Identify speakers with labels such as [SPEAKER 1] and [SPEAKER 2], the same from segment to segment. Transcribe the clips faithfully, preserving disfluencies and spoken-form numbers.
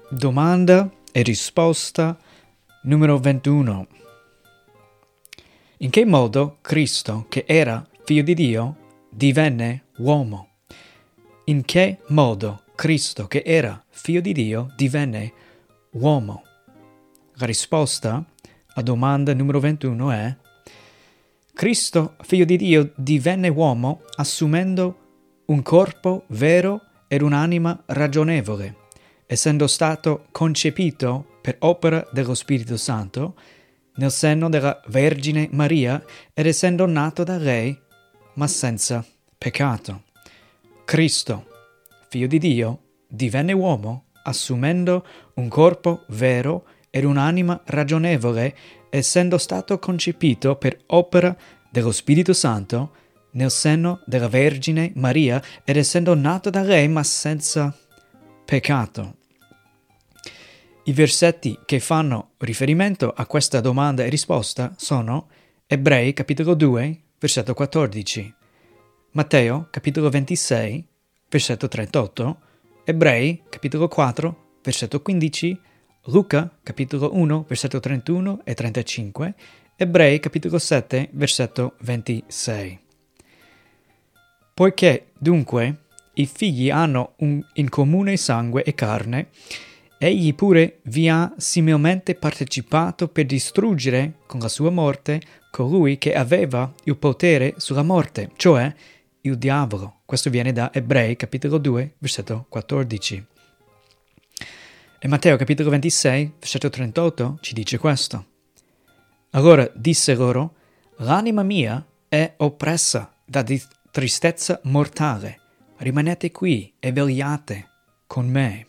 [SPEAKER 1] Domanda e risposta numero ventuno. In che modo Cristo, che era figlio di Dio, divenne uomo? In che modo Cristo, che era figlio di Dio, divenne uomo? La risposta a domanda numero ventuno è: Cristo, figlio di Dio, divenne uomo assumendo un corpo vero ed un'anima ragionevole, essendo stato concepito per opera dello Spirito Santo nel seno della Vergine Maria ed essendo nato da lei, ma senza peccato. Cristo, figlio di Dio, divenne uomo assumendo un corpo vero ed un'anima ragionevole, essendo stato concepito per opera dello Spirito Santo nel seno della Vergine Maria ed essendo nato da lei, ma senza peccato. I versetti che fanno riferimento a questa domanda e risposta sono Ebrei capitolo due, versetto quattordici, Matteo capitolo ventisei, versetto trentotto, Ebrei capitolo quattro, versetto quindici, Luca capitolo uno, versetto trentuno e trentacinque, Ebrei capitolo sette, versetto ventisei. Poiché dunque i figli hanno un in comune sangue e carne, egli pure vi ha similmente partecipato per distruggere con la sua morte colui che aveva il potere sulla morte, cioè il diavolo. Questo viene da Ebrei capitolo due, versetto quattordici. E Matteo capitolo ventisei, versetto trentotto ci dice questo. Allora disse loro: l'anima mia è oppressa da di- tristezza mortale, rimanete qui e vegliate con me.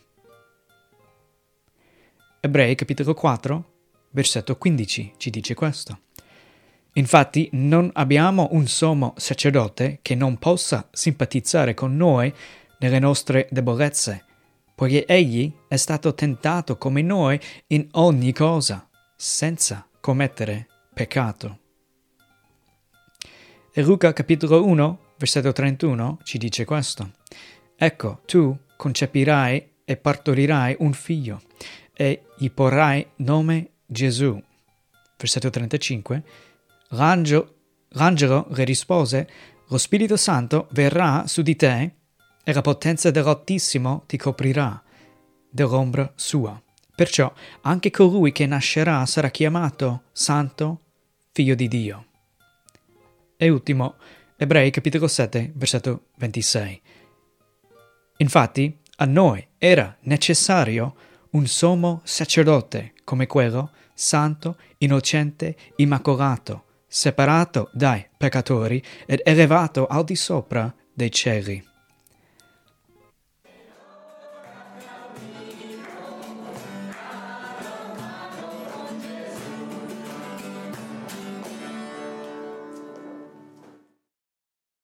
[SPEAKER 1] Ebrei capitolo quattro, versetto quindici ci dice questo. Infatti non abbiamo un sommo sacerdote che non possa simpatizzare con noi nelle nostre debolezze, poiché egli è stato tentato come noi in ogni cosa, senza commettere peccato. E Luca capitolo uno, versetto trentuno ci dice questo. Ecco, tu concepirai e partorirai un figlio, e gli porrai nome Gesù. Versetto trentacinque. L'angelo, l'angelo le rispose: lo Spirito Santo verrà su di te e la potenza dell'Altissimo ti coprirà dell'ombra sua. Perciò anche colui che nascerà sarà chiamato Santo, Figlio di Dio. E ultimo, Ebrei capitolo sette, versetto ventisei. Infatti, a noi era necessario un sommo sacerdote come quello, santo, innocente, immacolato, separato dai peccatori ed elevato al di sopra dei cieli.